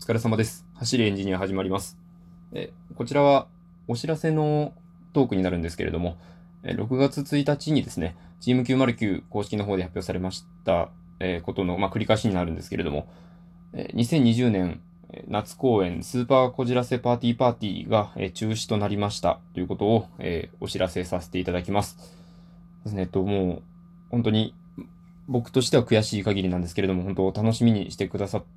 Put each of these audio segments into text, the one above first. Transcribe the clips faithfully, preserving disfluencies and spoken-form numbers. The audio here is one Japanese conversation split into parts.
疲れ様です。走りエンジニア始まります。えこちらはお知らせのトークになるんですけれども、えろくがつついたちにですね、チームきゅうまるきゅう公式の方で発表されました、えことの、まあ、繰り返しになるんですけれども、えにせんにじゅうねん夏公演スーパーこじらせパーティーパーティーが、え中止となりましたということを、えお知らせさせていただきます。ですね、えっと、もう本当に僕としては悔しい限りなんですけれども、本当楽しみにしてくださって、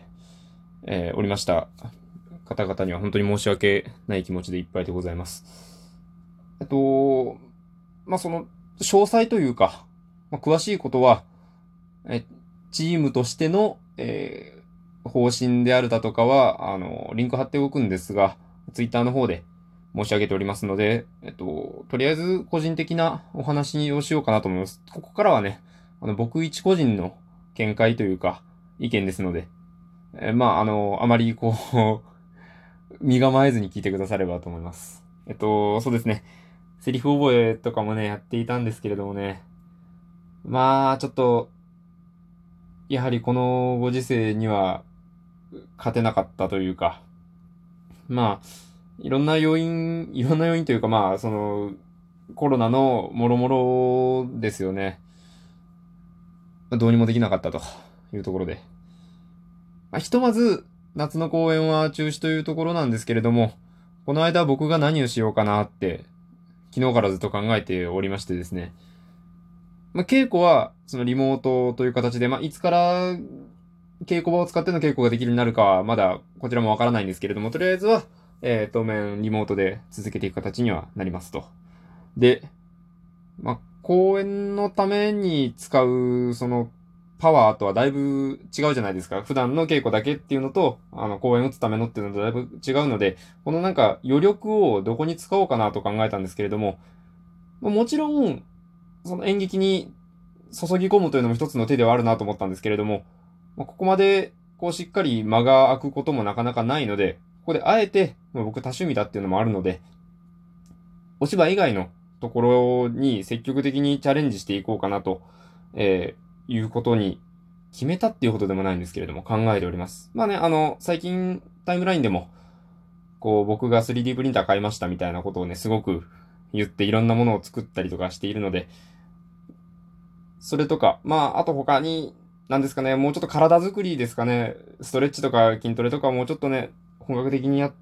えーおりました方々には本当に申し訳ない気持ちでいっぱいでございます。えっと、まあ、その、詳細というか、まあ、詳しいことは、え、チームとしての、えー方針であるだとかは、あの、リンク貼っておくんですが、ツイッターの方で申し上げておりますので、えっと、とりあえず個人的なお話をしようかなと思います。ここからはね、あの、僕一個人の見解というか、意見ですので、えーまあ、あの、あまりこう身構えずに聞いてくださればと思います。えっと、そうですね。セリフ覚えとかもね、やっていたんですけれどもね。まあ、ちょっと、やはりこのご時世には勝てなかったというか、まあ、いろんな要因、いろんな要因というか、まあ、その、コロナのもろもろですよね。どうにもできなかったというところで。まあ、ひとまず、夏の公演は中止というところなんですけれども、この間僕が何をしようかなって昨日からずっと考えておりましてですね。まあ、稽古は、そのリモートという形で、まあ、いつから稽古場を使っての稽古ができるようになるかは、まだこちらもわからないんですけれども、とりあえずは、えー、当面リモートで続けていく形にはなりますと。で、まあ、公演のために使う、その、パワーとはだいぶ違うじゃないですか。普段の稽古だけっていうのと、あの、公演打つためのっていうのとだいぶ違うので、このなんか余力をどこに使おうかなと考えたんですけれども、もちろん、その演劇に注ぎ込むというのも一つの手ではあるなと思ったんですけれども、ここまで、こうしっかり間が空くこともなかなかないので、ここであえて、僕多趣味だっていうのもあるので、お芝居以外のところに積極的にチャレンジしていこうかなと、えー、いうことに決めたっていうことでもないんですけれども、考えております。まあね、あの、最近タイムラインでも、こう僕が スリーディー プリンター買いましたみたいなことをね、すごく言っていろんなものを作ったりとかしているので、それとか、まあ、あと他に、なんですかね、もうちょっと体作りですかね、ストレッチとか筋トレとかもうちょっとね、本格的にやって、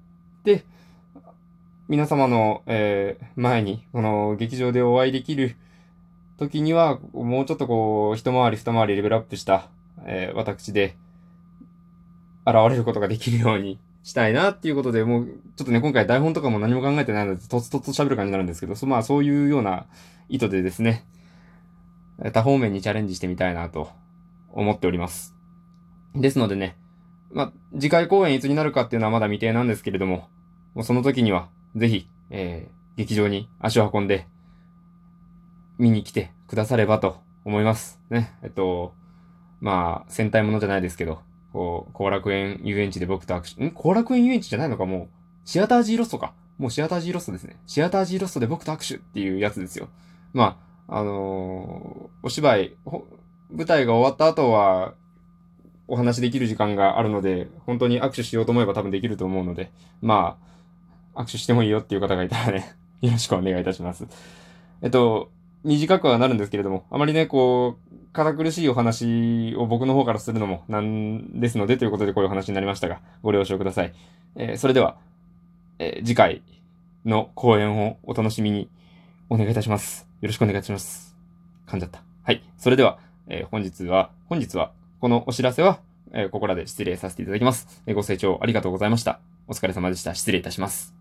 皆様の、えー前に、この劇場でお会いできる時には、もうちょっとこう、一回り二回りレベルアップした、えー私で現れることができるようにしたいなっていうことで、もう、ちょっとね、今回台本とかも何も考えてないので、とつとつと喋る感じになるんですけど、そまあ、そういうような意図でですね、多方面にチャレンジしてみたいなと思っております。ですのでね、まあ、次回公演いつになるかっていうのはまだ未定なんですけれども、もうその時には、ぜひ、えー、劇場に足を運んで、見に来てくださればと思います。ね。えっと、まあ、戦隊ものじゃないですけど、こう、後楽園遊園地で僕と握手、ん後楽園遊園地じゃないのかもう、シアター G ロストか。もうシアター G ロストですね。シアター G ロストで僕と握手っていうやつですよ。まあ、あのーお芝居、舞台が終わった後は、お話できる時間があるので、本当に握手しようと思えば多分できると思うので、まあ、握手してもいいよっていう方がいたらね、よろしくお願いいたします。えっと、短くはなるんですけれども、あまりね、こう、堅苦しいお話を僕の方からするのもなんですので、ということでこういうお話になりましたが、ご了承ください。えーそれでは、えー次回の公演をお楽しみにお願いいたします。よろしくお願いします。噛んじゃった。はい。それでは、えー本日は、本日は、このお知らせは、えーここらで失礼させていただきます。えーご清聴ありがとうございました。お疲れ様でした。失礼いたします。